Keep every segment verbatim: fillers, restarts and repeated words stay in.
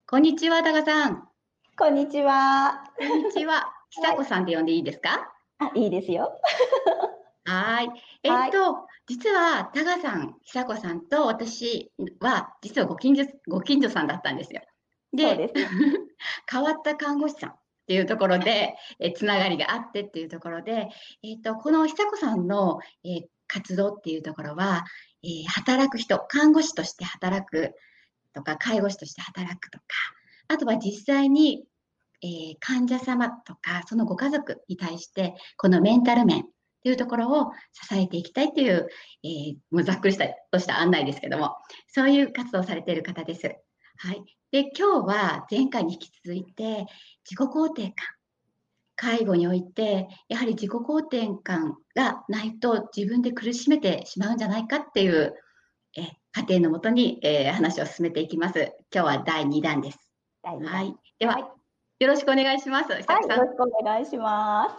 こんにちは、タカさん。 こんにちは。 こんにちは。久はい。 子さんで呼んでいいですか？ あ、いいですよ。 はーい。えはい。 っと、実は、タカさん、久子さんと私は、実はご近所、ご近所さんだったんですよ。で、 そうです。 変わった看護師さんっていうところで、え、つながりがあってっていうところで、えっと、この久子さんの、えー活動っていうところは、えー働く人、看護師として働くとか、介護士として働くとか、あとは実際にえー患者様とか、そのご家族に対して、このメンタル面というところを支えていきたいという、えーもうざっくりしたとした案内ですけども、そういう活動をされている方です。はい。で、今日は前回に引き続いて、自己肯定感。介護において、やはり自己肯定感がないと自分で苦しめてしまうんじゃないかっていう、え過程のもとに、えー話を進めていきます。今日はだいにだんです。 だいにだん。 はい。ではい。 は、よろしくお願いします。久はい、 子さん。 よろしくお願いします。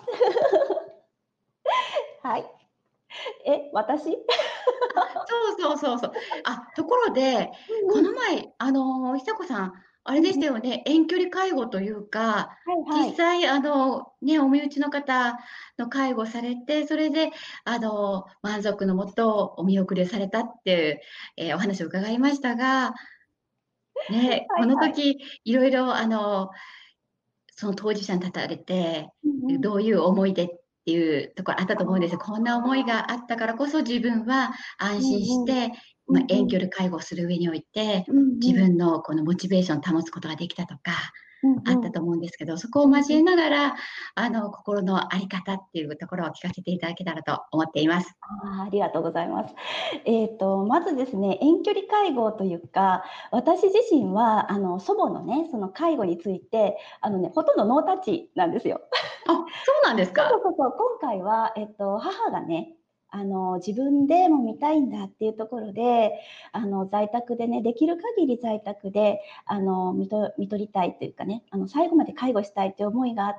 はい。え、私？ そうそうそうそう。あ、ところで、 うんうん。 この前、あの、久子さん、あれでしうんうん。 たよね、遠距離介護というか、 はいはい。 実際、あの、ね、お身内の方の介護されて、それで、あの、満足のもと、お見送りをされたっていう、えーお話を伺いましたが、ね、こはいはい。 の時、いろいろ、あの、その当事者に立たれて、 うんうん。 どういう思いでっていうところあったと思うんですよ。こんな思いがあああ。 ったからこそ自分は安心うんうん。 して、まあ、 うんうん。 遠距離介護をする上において、 うんうん。 自分のこのモチベーションを保つことができたとか、 うんうん。 あったと思うんですけど、そこをうんうん。 交えながら、あの、心のあり方っていうところを聞かせていただけたらと思っています。 ああ、ありがとうございます。えっと、まずですね、遠距離介護というか、私自身は、あの、祖母のね、その介護について、あのね、ほとんどノータッチなんですよ。 あ、そうなんですそうそうか。 そうそう、今回は、えっと、母がね、あの、自分でも見たいんだっていうところで、あの、在宅でね、できる限り在宅で、あの、みと見取りたいというかね、あの、最後まで介護したいという思いがあって、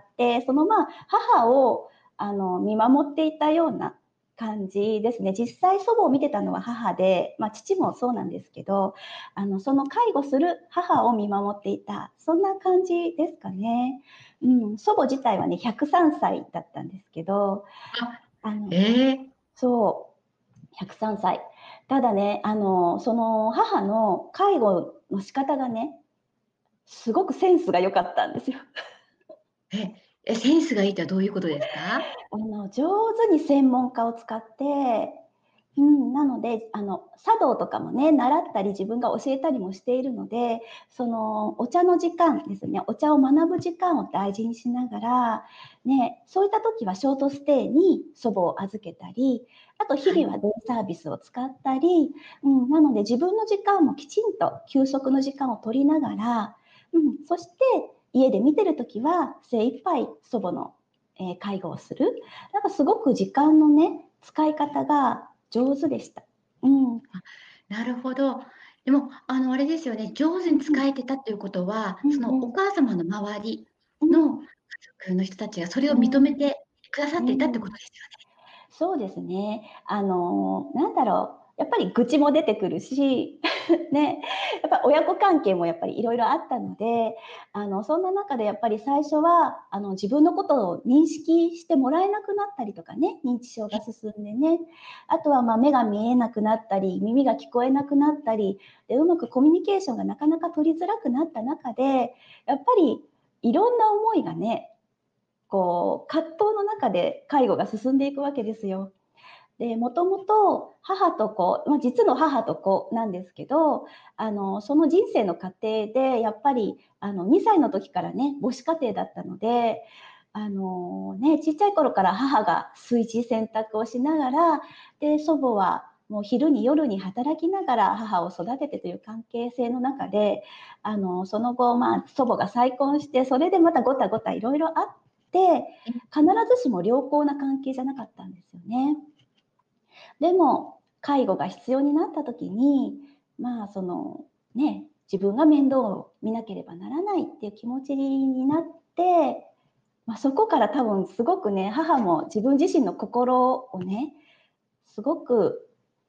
その、まあ、母を、あの、見守っていたような感じですね。実際祖母を見てたのは母で、まあ、父もそうなんですけど、あの、その介護する母を見守っていた、そんな感じですかね。うん、祖母自体はね、ひゃくさんさいだったんですけど、 あ、 あの、 ええ、 そう、ひゃくさんさい。ただね、あの、その母の介護の仕方がね、すごくセンスが良かったんですよ。 え、え、センスがいいとはどういうことですか？ あの、上手に専門家を使って、うん、なので、あの、茶道とかもね、習ったり自分が教えたりもしているので、その、お茶の時間ですね、お茶を学ぶ時間を大事にしながら、ね、そういった時はショートステイに祖母を預けたり、あと日はい。 々はデイサービスを使ったり、うん、なので自分の時間もきちんと休息の時間を取りながら、うん、そして家で見てる時は精一杯祖母の、えー介護をする。なんかすごく時間のね、使い方が上手でした。うん。うんあ、なるほど。でも、あの、あれですよね、上手にうん。 使えてたっていうことは、 うんそのおうん。 母様の周りうん。 の家族の人たちがそれをうん。 認めてくださっていたってことうん。 ですよね。 そうですね。あの、なんだろう、やっぱり愚痴も出てくるし、ね、やっぱ親子関係もやっぱりいろいろあったので、あの、そんな中でやっぱり最初は、あの、自分のことを認識してもらえなくなったりとかね、認知症が進んでね。あとは、ま、目が見えなくなったり、耳が聞こえなくなったり、で、うまくコミュニケーションがなかなか取りづらくなった中で、やっぱりいろんな思いがね、こう、葛藤の中で介護が進んでいくわけですよ。で、もともと母と子、まあ、実の母と子なんですけど、あの、その人生の過程でやっぱり、あの、にさいの時からね、母子家庭だったので、あの、ね、ちっちゃい頃から母が炊事洗濯をしながら、で、祖母はもう昼に夜に働きながら母を育ててという関係性の中で、あの、その後、まあ、祖母が再婚して、それでまたごたごたいろいろあって、必ずしも良好な関係じゃなかったんですよね。でも、介護が必要になった時に、まあ、その、ね、自分が面倒を見なければならないっていう気持ちになって、まあ、そこから多分すごくね、母も自分自身の心をね、すごく葛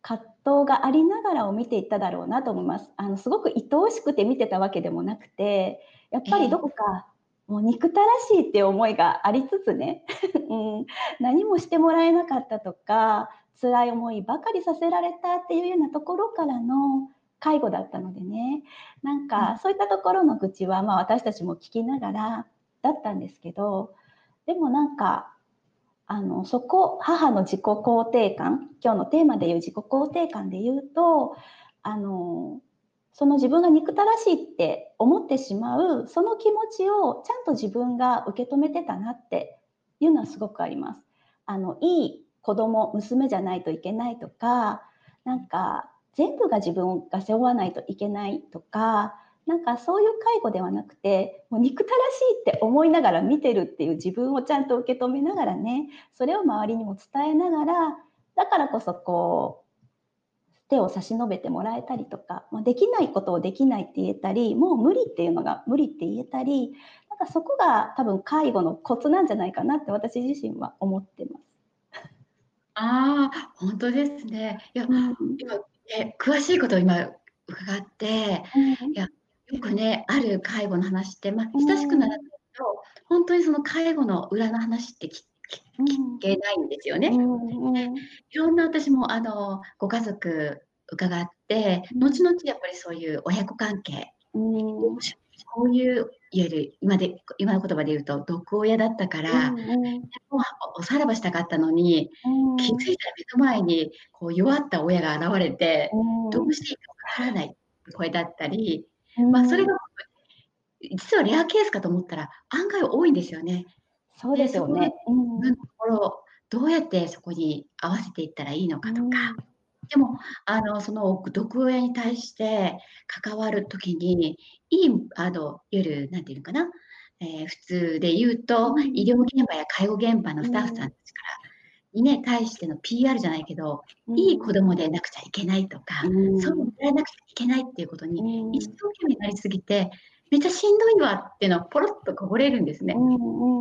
藤がありながらを見ていっただろうなと思います。あのすごく愛おしくて見てたわけでもなくて、やっぱりどこかもう憎たらしいっていう思いがありつつね、うん、何もしてもらえなかったとか、辛い思いばかりさせられたっていうようなところからの介護だったのでね、なんかそういったところの愚痴は、まあ、私たちも聞きながらだったんですけど、でもなんかあのそこ母の自己肯定感、今日のテーマでいう自己肯定感で言うと、あのその自分が憎たらしいって思ってしまうその気持ちをちゃんと自分が受け止めてたなっていうのはすごくあります。あのいい子供娘じゃないといけないとか、なんか全部が自分が背負わないといけないとか、なんかそういう介護ではなくて、もう憎たらしいって思いながら見てるっていう自分をちゃんと受け止めながらね、それを周りにも伝えながら、だからこそこう手を差し伸べてもらえたりとか、まあ、できないことをできないって言えたり、もう無理っていうのが無理って言えたり、なんかそこが多分介護のコツなんじゃないかなって私自身は思ってます。 ああ、本当ですね。いや、 うん、 今、ね、詳しいことを今伺って、 うん、 いや、よくね、ある介護の話って、ま、 う親しくならないん、 と、ほんとにその介護の裏の話ってきき聞うん、 けないんですよね。 うん、うん、 いろんな私もあの、ご家族伺って、 うん、 後々やっぱりそういう親子関係、 うん、 そういう、いわゆる今で今の言葉で言うと毒親だったから、 うん、 もうおさらばしたかったのに、 うん、 気づいたら目の前にこう弱った親が現れて、どうん、 うしていいかわからない声だったり、 うま、それん、 が実はレアケースかと思ったら、案外多いんですよね。 そうでで、そこのすよね。うん、 自分のところ、どうやってそこに合わせていったらいいのかとか。 うん、 でも、あの、その毒親に対して関わる時に、いいあの、いわゆるなんていうのかな、ええ、普通で言うと、医うん、 療現場や介護現場のうスタッフさんん、 たちからにね、対しての ピーアール じゃないけど、 うん、 いい子供でなくちゃいけないとうか、そうん、 見られなくちゃいけないっていうことうに一ん、 生懸命なりすぎて、めっちゃしんどいわっていうのはポロッとこぼれるんですね。 うん、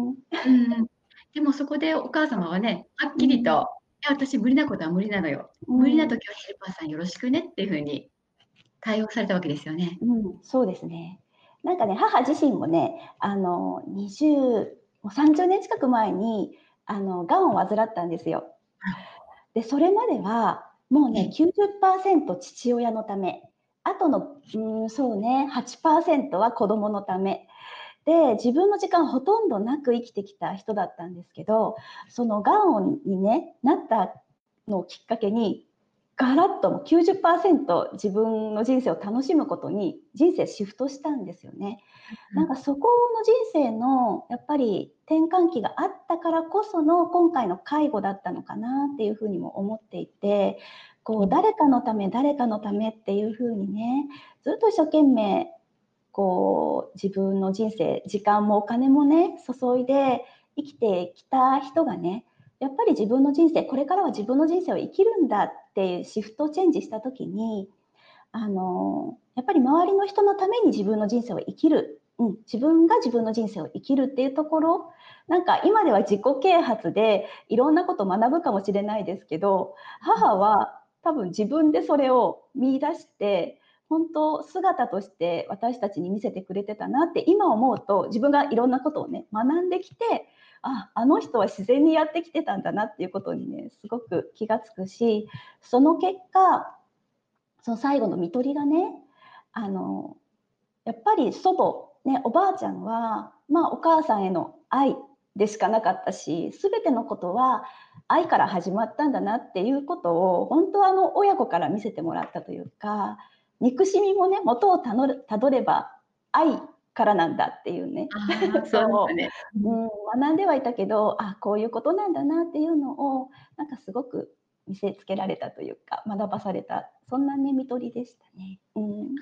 うん、 うんうん。でもそこでお母様はね、はっうん、 きりと、いや、私無理なことは無理なのよ。 うん、 無理な時はヘルパーさんよろしくねっていう風に対応されたわけですよね。 うん、そうですね。なんかね、母自身もね、あの、にじゅうもうさんじゅうねん近く前に、あの、癌を患ったんですよ。 あ、 で、それまでは、もうね、 ええ。 きゅうじゅっパーセント父親のため、あとの、うーん、そうね、はちパーセントは子供のため。で、自分の時間ほとんどなく生きてきた人だったんですけど、その癌にね、なったのをきっかけに、ガラッともうきゅうじゅっパーセント自分の人生を楽しむことに人生シフトしたんですよね。なんかそこの人生のやっぱり転換期があったからこその今回の介護だったのかなっていうふうにも思っていて、こうん。 う誰かのため誰かのためっていうふうにね、ずっと一生懸命こう自分の人生、時間もお金もね、注いで生きてきた人がね、やっぱり自分の人生、これからは自分の人生を生きるんだってシフトチェンジした時に、あの、やっぱり周りの人のために自分の人生を生きる、うん、自分が自分の人生を生きるっていうところ、なんか今では自己啓発でいろんなことを学ぶかもしれないですけど、母は多分自分でそれを見出して、本当姿として私たちに見せてくれてたなって今思うと、自分がいろんなことをね、学んできて、あ、あの人は自然にやってきてたんだなっていうことにね、すごく気がつくし、その結果、その最後の看取りがね、あの、やっぱり祖母、ね、おばあちゃんは、まあ、お母さんへの愛でしかなかったし、すべてのことは愛から始まったんだなっていうことを、本当はあの親子から見せてもらったというか、憎しみもね、元をたどるたどれば愛からなんだっていうね、 ああ、そうですそね。うう、 ん。 うん、学んではいたけど、あ、こういうことなんだなっていうのを、なんかすごく見せつけられたというか、学ばされた、そんなね、看取りでしたね。うん。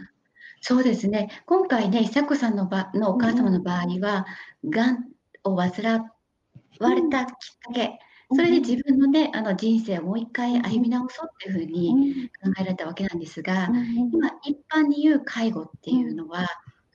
そうですね。今回ね、久子さんのばのおうんうん。 母様の場合は、癌を患うん。 われたきっかけ、それで自うんうん。 分のね、あの、人生をもう一うん回歩みうん。 直そうっていう風にうん。 考えられたわけなんですが、 うんうん。 今一般に言う介護ってうん。 いうのは、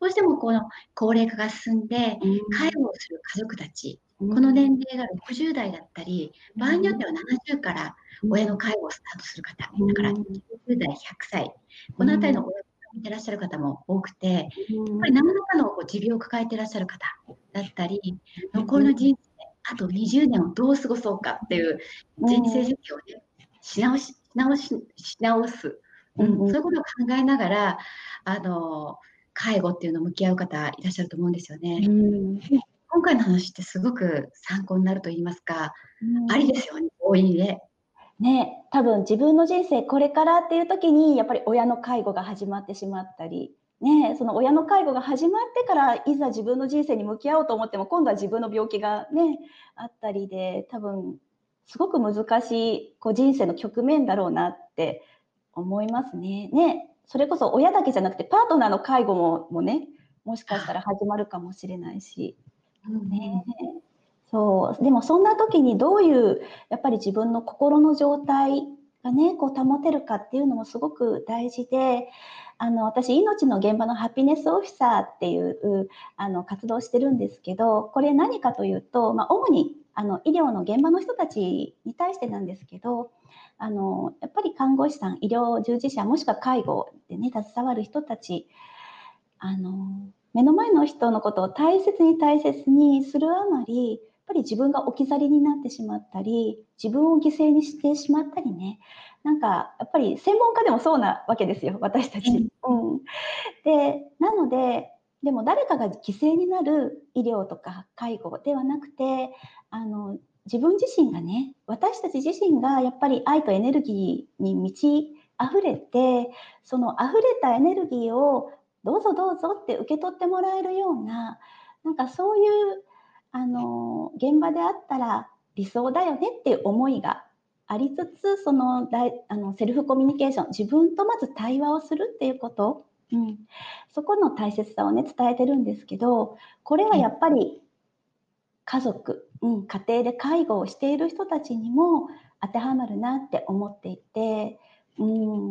どうしてもこの高齢化が進んで、 うん介護をする家族たち、 うんこの年齢がろくじゅう代だったり、場合によってはうななじゅうからん親の介護をスタートする方、 うだからんきゅうじゅう代、ひゃくさい、このあたりうんの親を見てらっしゃる方も多くて、やっぱりうん何らかのこう持病を抱えていらっしゃる方だったり、残りの人生、あとにじゅうねんをどう過ごそうかっていう人生設計をね、し直しし直しし直す、うん、そういうことを考えながら、あの、介護っていうのを向き合う方いらっしゃると思うんですよね。 うん今回の話ってすごく参考になると言いますか、ありうんですよね、大いにね。 ね、多分自分の人生これからっていう時にやっぱり親の介護が始まってしまったり、ね、その親の介護が始まってからいざ自分の人生に向き合おうと思っても今度は自分の病気がね、あったりで、多分すごく難しいこう人生の局面だろうなって思いますね。ね、それこそ親だけじゃなくてパートナーの介護ももね、もしかしたら始まるかもしれないし。 うんうね。 ん。 そう、でもそんな時にどういうやっぱり自分の心の状態がね、こう保てるかっていうのもすごく大事で、あの私命の現場のハピネスオフィサーっていうあの活動をしてるんですけど、これ何かというと、まあ、主にあの医療の現場の人たちに対してなんですけど、あのやっぱり看護師さん、医療従事者もしくは介護でね携わる人たち、あの目の前の人のことを大切に大切にするあまり、やっぱり自分が置き去りになってしまったり、自分を犠牲にしてしまったりね、なんかやっぱり専門家でもそうなわけですよ、私たち。 ええ、 うん、で、なので、でも誰かが犠牲になる医療とか介護ではなくて、あの自分自身がね、私たち自身がやっぱり愛とエネルギーに満ち溢れて、その溢れたエネルギーをどうぞどうぞって受け取ってもらえるような、なんかそういうあの現場であったら理想だよねっていう思いがありつつ、そのあのセルフコミュニケーション、自分とまず対話をするっていうこと、うん、そこの大切さをね伝えてるんですけど、これはええ。 やっぱり家族、うん、家庭で介護をしている人たちにも当てはまるなって思っていて、うん、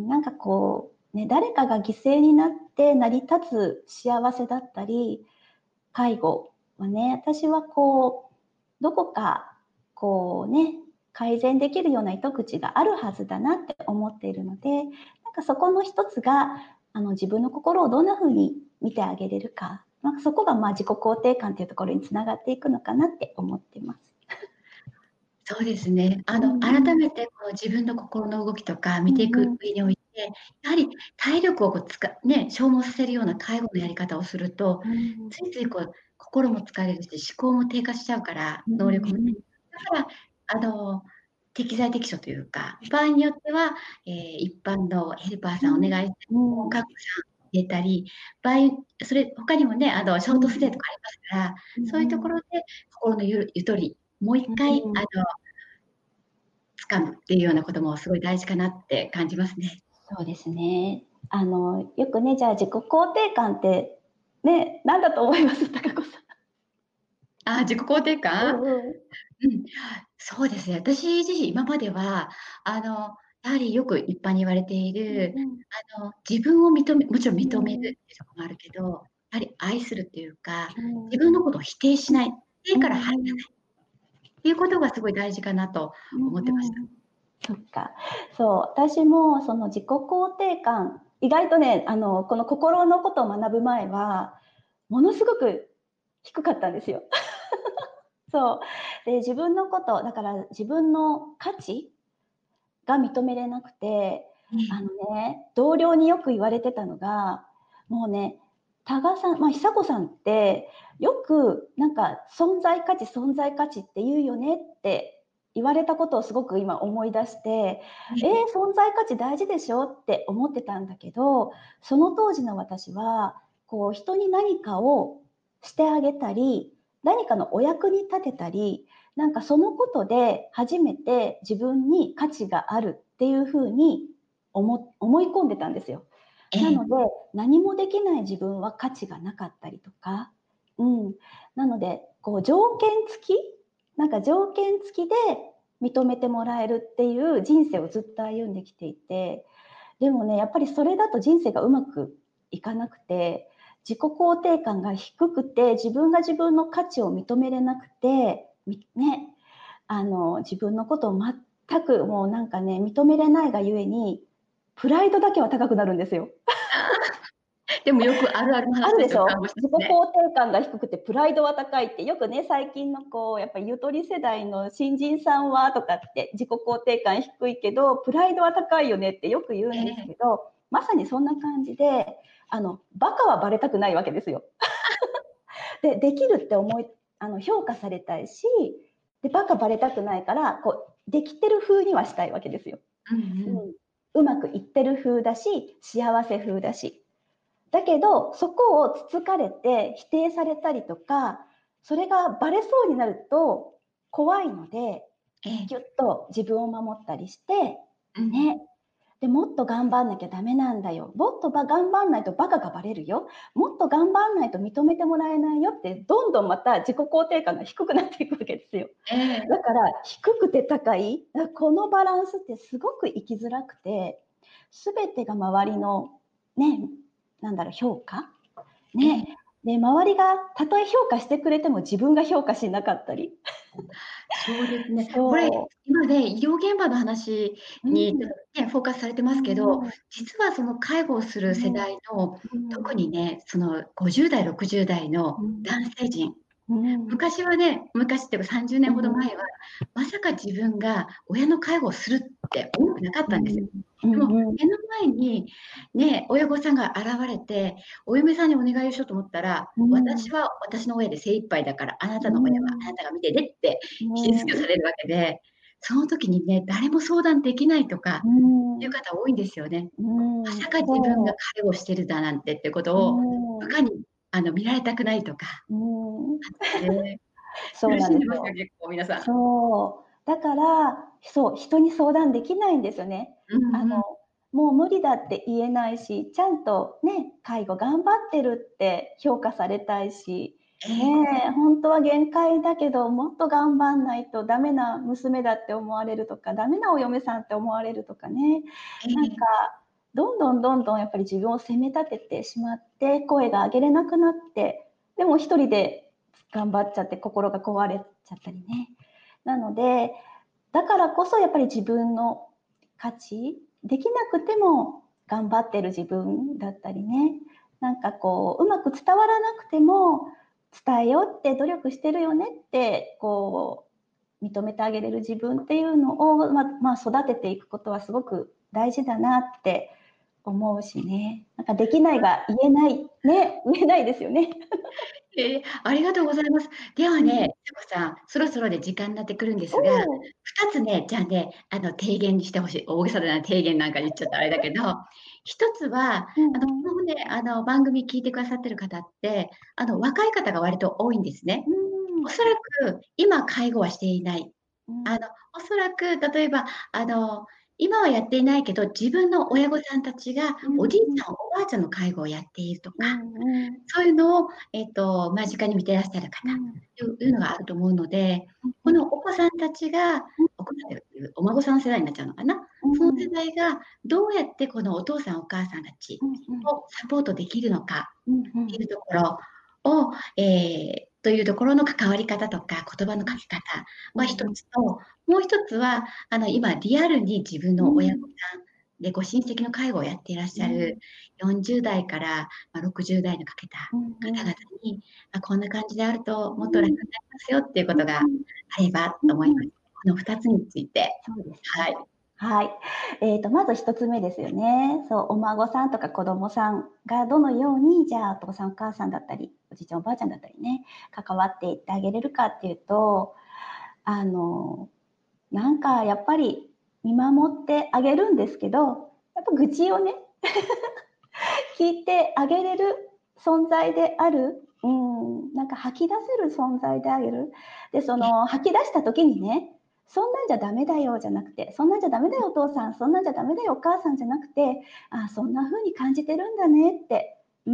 なんかこう、ね、誰かが犠牲になって成り立つ幸せだったり、介護はね、私はこう、どこかこうね、改善できるような糸口があるはずだなって思っているので、なんかそこの一つが、あの自分の心をどんな風に見てあげれるか、なんかそこがまあ自己肯定感というところにつながっていくのかなって思ってます。 そうですね。あの、 うんうん改めてこの自分の心の動きとか見ていうんうんく上において、やはり体力をこうつかね、消耗させるような介護のやり方をすると、 うんついついこう心も疲れるし、思考も低下しちゃうから、 うん能力もね。 うんだから、あの、適材適所というか、場合によっては、ええ、一般のヘルパーさんお願いして、 うん訪問看護師さん入れたり、場合それ他にもね、あの、ショートステイとかありますから、そういうところで心のゆるゆとり、もう一回あの掴むっていうようなこともすごい大事かなって感じますね。 そうですね。あのよくね、じゃあ自己肯定感ってね、何だと思います？高子さん。 ああ、自己肯定感？ うんうん。 うん、そうですね。私自身今までは、あの、やはりよく一般に言われている、 うんうん。 あの、自分を認めもちろん認めるっていうん。 うとこもあるけど、やはり愛するっていうか、 うん。 自分のことを否定しない、否定うんから入らうん。 ないっていうことがすごい大事かなと思ってました。 うんうん。そっか。そう、私もその自己肯定感、意外とね、あの、この心のことを学ぶ前は、ものすごく低かったんですよ。そう。で、自分のこと、だから自分の価値が認めれなくて、 ええ、 あのね、同僚によく言われてたのが、もうね、多賀さん、まあ、久子さんってよくなんか存在価値存在価値って言うよねって言われたことをすごく今思い出して、えー、 ええ、 存在価値大事でしょって思ってたんだけど、その当時の私はこう人に何かをしてあげたり、何かのお役に立てたり、なんかそのことで初めて自分に価値があるっていうふうに思思い込んでたんですよ。 ええ、 なので、何もできない自分は価値がなかったりとか、うん、なので、こう条件付き、なんか条件付きで認めてもらえるっていう人生をずっと歩んできていて、でもね、やっぱりそれだと人生がうまくいかなくて、 自己肯定感が低くて、自分が自分の価値を認めれなくて、ね、あの自分のことを全くもうなんかね、認めれないがゆえに、プライドだけは高くなるんですよ。 ああ、でもよくあるあるのある話ですよ、看でしょ？自己護師ってね。 肯定感が低くてプライドは高いって、よくね、最近のこう、やっぱりゆとり世代の新人さんはとかって、自己肯定感低いけど、プライドは高いよねってよく言うんですええ。 けど、まさにそんな感じで、あの、バカはバレたくないわけですよ。で、できるって思いあの、評価されたいし、で、バカバレたくないから、こう、できてる風にはしたいわけですよ。 うんううん。 ん。うまくいってる風だし、幸せ風だし。だけど、そこをつつかれて否定されたりとか、それがバレそうになると怖いので、 ええ。 ぎゅっと自分を守ったりして、 うん。 ね、で、もっと頑張んなきゃダメなんだよ。もっとば頑張んないとバカがバレるよ。もっと頑張んないと認めてもらえないよって、どんどんまた自己肯定感が低くなっていくわけですよ。 ええ。 だから低くて高い、このバランスってすごく生きづらくて、全てが周りのね、なんだろう、評価ええ。 ね。で、周りがたとえ評価してくれても自分が評価しなかったり。 そうですね。これ、 そ今ね、医療現場の話う。うにちょっん。 とね、フォーカスされてうますけど、 んうん。 実はその介護をする世ね。 代の、 うん。 特にね、そのごじゅう代、ろくじゅう代のうん。 男性陣、 うん。 昔はね、昔っていうかさんじゅうねんほど前は、 うん。 まさか自分が親の介護をするって思ってなかったんですよ。 うん。うでも、 んうん。 目の前にね、親御さんが現れて、お嫁さんにお願いをしようと思ったら、 うん。 私は私の親で精一杯だから、あなうたの親はあなん。 たが見てねってう引き付けさん。 れるわけで、その時にね、誰も相談できないとかういうん。 方多いんですよね。 うん。 まさか自分がそ介護してるだなんてってことう。 を、 うん。 部下にあの見られたくないとかうん。 あってね、 そう苦しんでますよ、 なんですよ。 結構皆さん。 そう。だから、そう、人に相談できないんですよね。あの、 うんうん。 もう無理だって言えないし、ちゃんとね、介護頑張ってるって評価されたいし、 ええ、 ねえ、ほんとは限界だけど、もっと頑張んないとダメな娘だって思われるとか、ダメなお嫁さんって思われるとかね。 えなんか、 え、 どんどんどんどんやっぱり自分を責め立ててしまって、声が上げれなくなって、でも一人で頑張っちゃって心が壊れちゃったりね。なので、だからこそやっぱり自分の価値、できなくても頑張ってる自分だったりね、なんかこう、うまく伝わらなくても、伝えようって努力してるよねって、こう、認めてあげれる自分っていうのを、ままあ、育てていくことはすごく大事だなって思うしね。なんかできないが言えない、ね、言えないですよね。 ええ、ありがとうございます。ではうん。 ね、ちさ子さん、そろそろで時間になってくるんでおすが、 お。 ふたつね、じゃあね、あの、提言にして欲しい。大げさだな、提言なんか言っちゃったらあれだけど、ひとつは、あの、 うんうん。 このね、あの、番組聞いてくださってる方って、あの、若い方が割と多いんですね。 うーん。 おそらく今介護はしていない。あの、 うん。 おそらく例えば、あの、今はやっていないけど、自分の親御さんたちがうんおじいうん。 ちゃん、おばあちゃんの介護をやっているとか、 うんうん。 そういうのを、えっと、間近に見てらっしゃる方うん。 といういうのがあると思うので、 うん。 このお子さんたちが、お子さんっていうお孫さん世代になっちゃうのかな。 うその世ん。 代がどうやってこのお父さんお母さんたちうんうん。 をサポートできるのかうんうん。 っていうところを、ええ、というところの関わり方とか、言葉のかけ方は一うんうん。 つと、もう一つは、あの、今リアルに自分の親御うん。 さんで、ご親戚の介護をやっていらっしゃるうん。 よんじゅう代から、ま、ろくじゅう代にかけたうん方々 うん。 に、あ、こんな感じであるともっと楽にうん。 なりますよっていうことがうん。 あればうんうん。 と思います。このふたつについて、 そうですね。 はい。 はい。えっと、まずひとつめですよね。そう、お孫さんとか子供さんがどのように、じゃあ、お父さんお母さんだったり、おじいちゃんおばあちゃんだったりね、関わっていってあげれるかっていうと、あの、なんかやっぱり見守ってあげるんですけど、やっぱ愚痴をね、聞いてあげれる存在である、うん、なんか吐き出せる存在であげる。で、そえ、 の吐き出した時にね、そんなんじゃダメだよじゃなくて、そんなんじゃダメだよお父さん、そんなんじゃダメだよお母さんじゃなくて、あ、そんな風に感じてるんだねって、うん、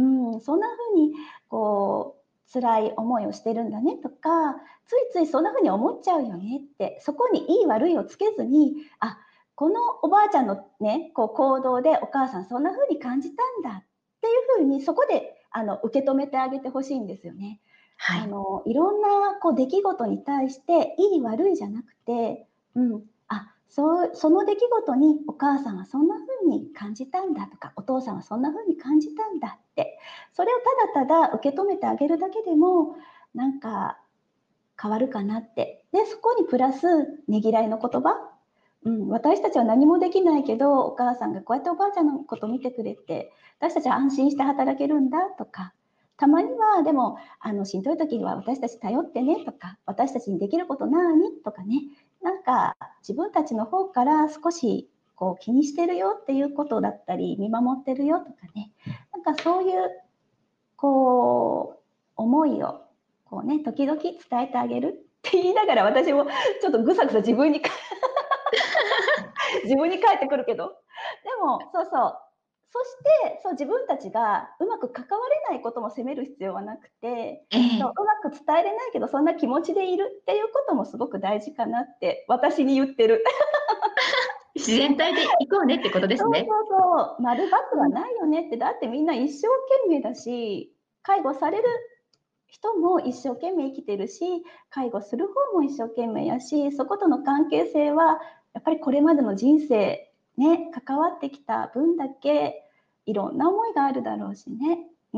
そんな風にこう辛い思いをしてるんだねとか、ついついそんな風に思っちゃうよねって、そこにいい悪いをつけずに、あ、このおばあちゃんのね、こう行動でお母さんそんな風に感じたんだっていう風にそこであの受け止めてあげてほしいんですよね。 はい。 あのいろんなこう出来事に対していい悪いじゃなくて、うん、あ、そうその出来事にお母さんはそんな風に感じたんだとか、お父さんはそんな風に感じたんだって、それをただただ受け止めてあげるだけでもなんか変わるかなって。で、そこにプラスねぎらいの言葉、うん、私たちは何もできないけど、お母さんがこうやっておばあちゃんのことを見てくれて、私たちは安心して働けるんだとか、たまにはでもあのしんどい時には私たち頼ってねとか、私たちにできることなにとかね、なんか自分たちの方から少しこう気にしてるよっていうことだったり、見守ってるよとかね、なんかそういうこう思いをこうね、時々伝えてあげるって言いながら、私もちょっとぐさぐさ自分に自分に返ってくるけど、でも、そうそう。そして、そう自分たちがうまく関われないことも責める必要はなくて、 えそう、 え。 うまく伝えれないけど、そんな気持ちでいるっていうこともすごく大事かなって私に言ってる。 自然体でいこうねってことですね。 そうそうそう、丸×はうん。 ないよねって、だってみんな一生懸命だし、介護される人も一生懸命生きてるし、介護する方も一生懸命やし、そことの関係性はやっぱりこれまでの人生ね、関わってきた分だけいろんな思いがあるだろうしね。うん、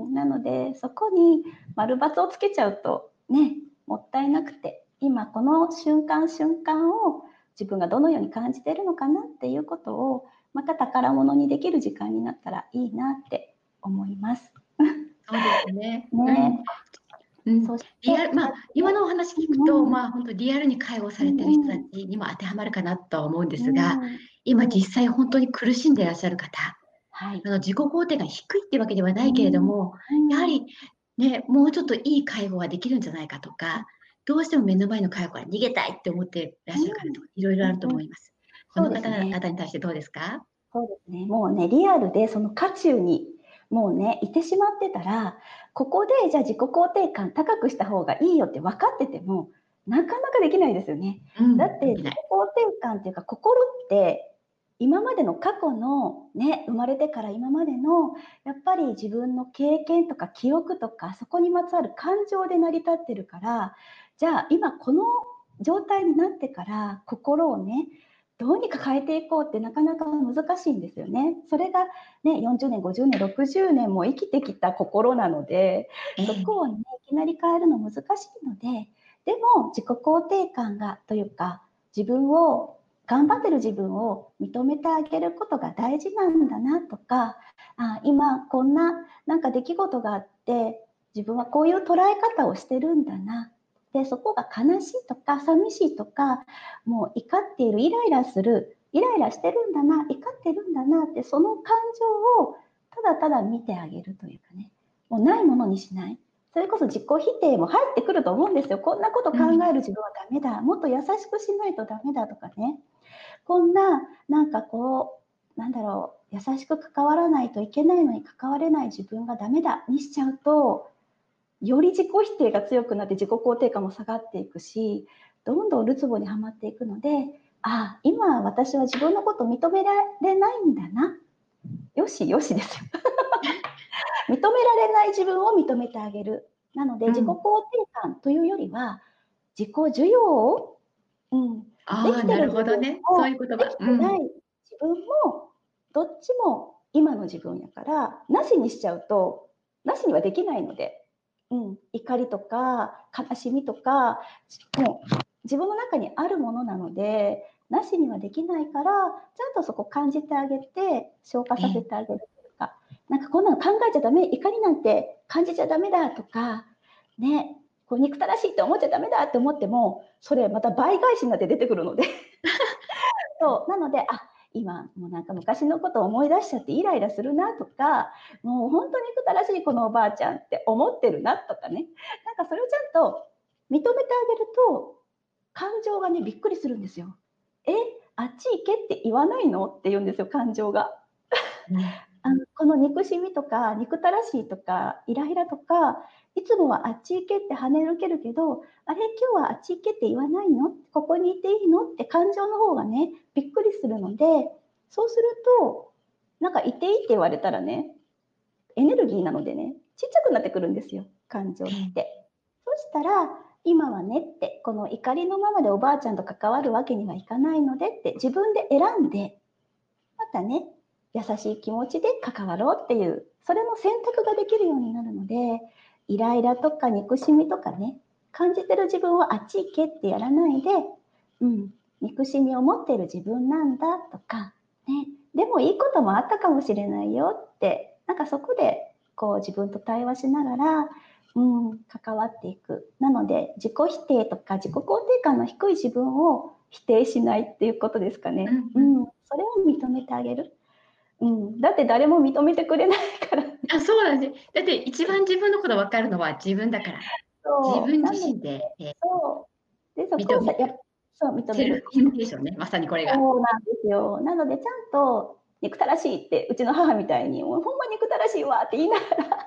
なのでそこに丸×をつけちゃうとね、もったいなくて、今この瞬間瞬間を自分がどのように感じているのかなっていうことをまた宝物にできる時間になったらいいなって思います。 そうですね。うん。 ね、 うん、 そして、 リアルまあ、今のお話聞くと、 うんうん。 まあ、ほんとリアルに介護さうれてる人んうん。 たちにも当てはまるかなとは思うんですが、 うん。 今そうで実際ほんとすね。 に苦しんでらっしゃる方、 はい。 あの、自己肯定が低いっていうわけではないけれどうん。 も、やはうん。 り、ね、もうちょっといい介護ができるんじゃないかとうん。 か、どうしても目の前の介護から逃げたいって思ってらっうん。 しゃる方とか色々あるとうんうん。 思います。こそうの方ですね。 々に対してどうですか？ そうですね。もうね、リアルでその渦中にもうね、いてしまってたら、ここでじゃあ自己肯定感高くした方がいいよって分かってても、なかなかできないですよね。 うん、 だって自己できない。 肯定感っていうか、心って今までの過去のね、生まれてから今までのやっぱり自分の経験とか記憶とか、そこにまつわる感情で成り立ってるから、じゃあ今この状態になってから心をね、どうにか変えていこうってなかなか難しいんですよね。それがね、よんじゅうねん、ごじゅうねん、ろくじゅうねんも生きてきた心なので、 ええ、 そこをね、いきなり変えるの難しいので、でも自己肯定感がというか、自分を頑張ってる自分を認めてあげることが大事なんだなとか、あ、今こんななんか出来事があって、自分はこういう捉え方をしてるんだな。で、そこが悲しいとか寂しいとか、もう怒っている、イライラする、イライラしてるんだな、怒ってるんだなって、その感情をただただ見てあげるというかね、もうないものにしない。それこそ自己否定も入ってくると思うんですよ。こんなこと考うん、 える自分はダメだ。もっと優しくしないとダメだとかね。こんな、なんかこう、なんだろう、優しく関わらないといけないのに関われない自分がダメだにしちゃうと、より自己否定が強くなって自己肯定感も下がっていくし、どんどんるつぼにはまっていくので、ああ、今私は自分のこと認められないんだな。よしよしですよ。認められない自分を認めてあげる。なので、自己肯うん。 定感というよりは、自己需要、うん、でああ、なるきてる自分ほどね。そういうも、 言葉。 できうん。 てない自分も、どっちも今の自分やから、なしにしちゃうと、なしにはできないので、うん、怒りとか悲しみとか、もう自分の中にあるものなので、なしにはできないから、ちゃんとそこ感じてあげて、消化させええ、 てあげるというか、なんかこんなの考えちゃダメ、怒りなんて感じちゃダメだとか、ね、こう憎たらしいって思っちゃダメだって思っても、それまた倍返しになって出てくるので、そう、なので、あ、今もうなんか昔のことを思い出しちゃってイライラするなとか、もう本当に憎たらしいこのおばあちゃんって思ってるなとかね、なんかそれをちゃんと認めてあげると、感情がね、びっくりするんですよ。え、あっち行けって言わないのって言うんですよ、感情が。 うん。 あの、この憎しみとか、憎たらしいとか、イライラとか、いつもはあっち行けって跳ねのけるけど、あれ、今日はあっち行けって言わないの？ここにいていいの？って感情の方がね、びっくりするので、そうすると、なんかいていいって言われたらね、エネルギーなのでね。 ちっちゃくなってくるんですよ、感情っええ、 て。そしたら、今はねって、この怒りのままでおばあちゃんと関わるわけにはいかないのでって自分で選んで、またね、優しい気持ちで関わろうっていう、それの選択ができるようになるので、イライラとか憎しみとかね、感じてる自分をあっち行けってやらないで、うん、憎しみを持ってる自分なんだとか、ね、でもいいこともあったかもしれないよって、なんかそこでこう自分と対話しながら、うん、関わっていく。なので、自己否定とか自己肯定感の低い自分を否定しないっていうことですかね。 うんうん。 うん、それを認めてあげる。うん、だって誰も認めてくれないから。 あ、そうなんですね。だって一番自分のこと分かるのは自分だから。自そう、 分自なので、 身で、え、 そう。で、そこをさ、 認めやそう、認セめる。 ルフコミュニケーションね、まさにこれが。 そうなんですよ。なのでちゃんと憎たらしいって、うちの母みたいに、もうほんま憎たらしいわって言いながら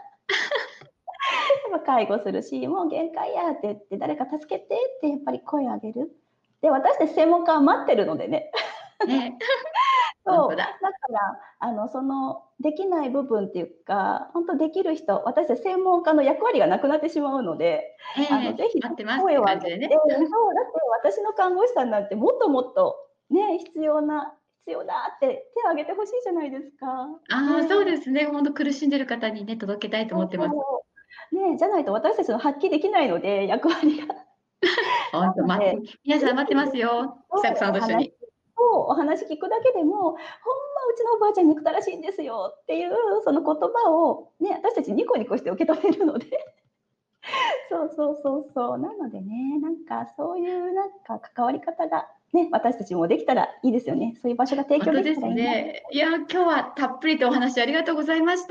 介護するし、もう限界やって言って、誰か助けてってやっぱり声を上げる。で、私たち専門家は待ってるのでね。 ね、ほんそう、 とだ。 だから、あの、その、できない部分っていうか、ほんとできる人、私たち専門家の役割がなくなってしまうので、 えあの、 え、 ぜひ待ってますって声を上げて、 感じでね。 そう、だって私の看護師さんなんてもっともっと、ね、必要な必要だって手を挙げて欲しいじゃないですか。 ああ、そうね、 ですね、ほんと苦しんでる方にね、届けたいとそう思ってます。 そう。ね、じゃないと私たちの発揮できないので、役割が。 ほんと、待ってなので、 皆ぜさん待ってますひよ、 そう、 ちさ子さんお話と一緒に。 をお話聞くだけでも、ほんまうちのおばあちゃん憎たらしいんですよっていうその言葉をね、私たちニコニコして受け止めるので、そうそうそうそう。なのでね、なんかそういうなんか関わり方がね、私たちもできたらいいですよね。そういう場所が提供できほんとですたらいいな。はい、 ね。いや、今日はたっぷりとお話ありがとうございました。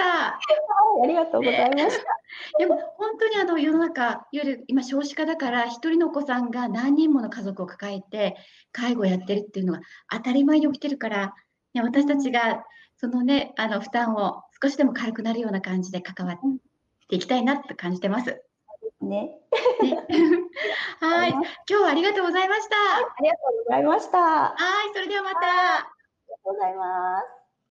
ありがとうございました。 でもほんとにあの世の中、夜今少子化だからひとりのお子さんが何人もの家族を抱えて介護をやってるっていうのが当たり前に起きてるから、ね、私たうん、 ちがそのね、あの負担を少しでも軽くなるような感じで関わっうん、 ていきたいなって感じてます。 ね。 ね。 ありがとうござはい。 います。 今日はありがとうございました。 ありがとうございました。あはい、それではまりた。 がとうございます。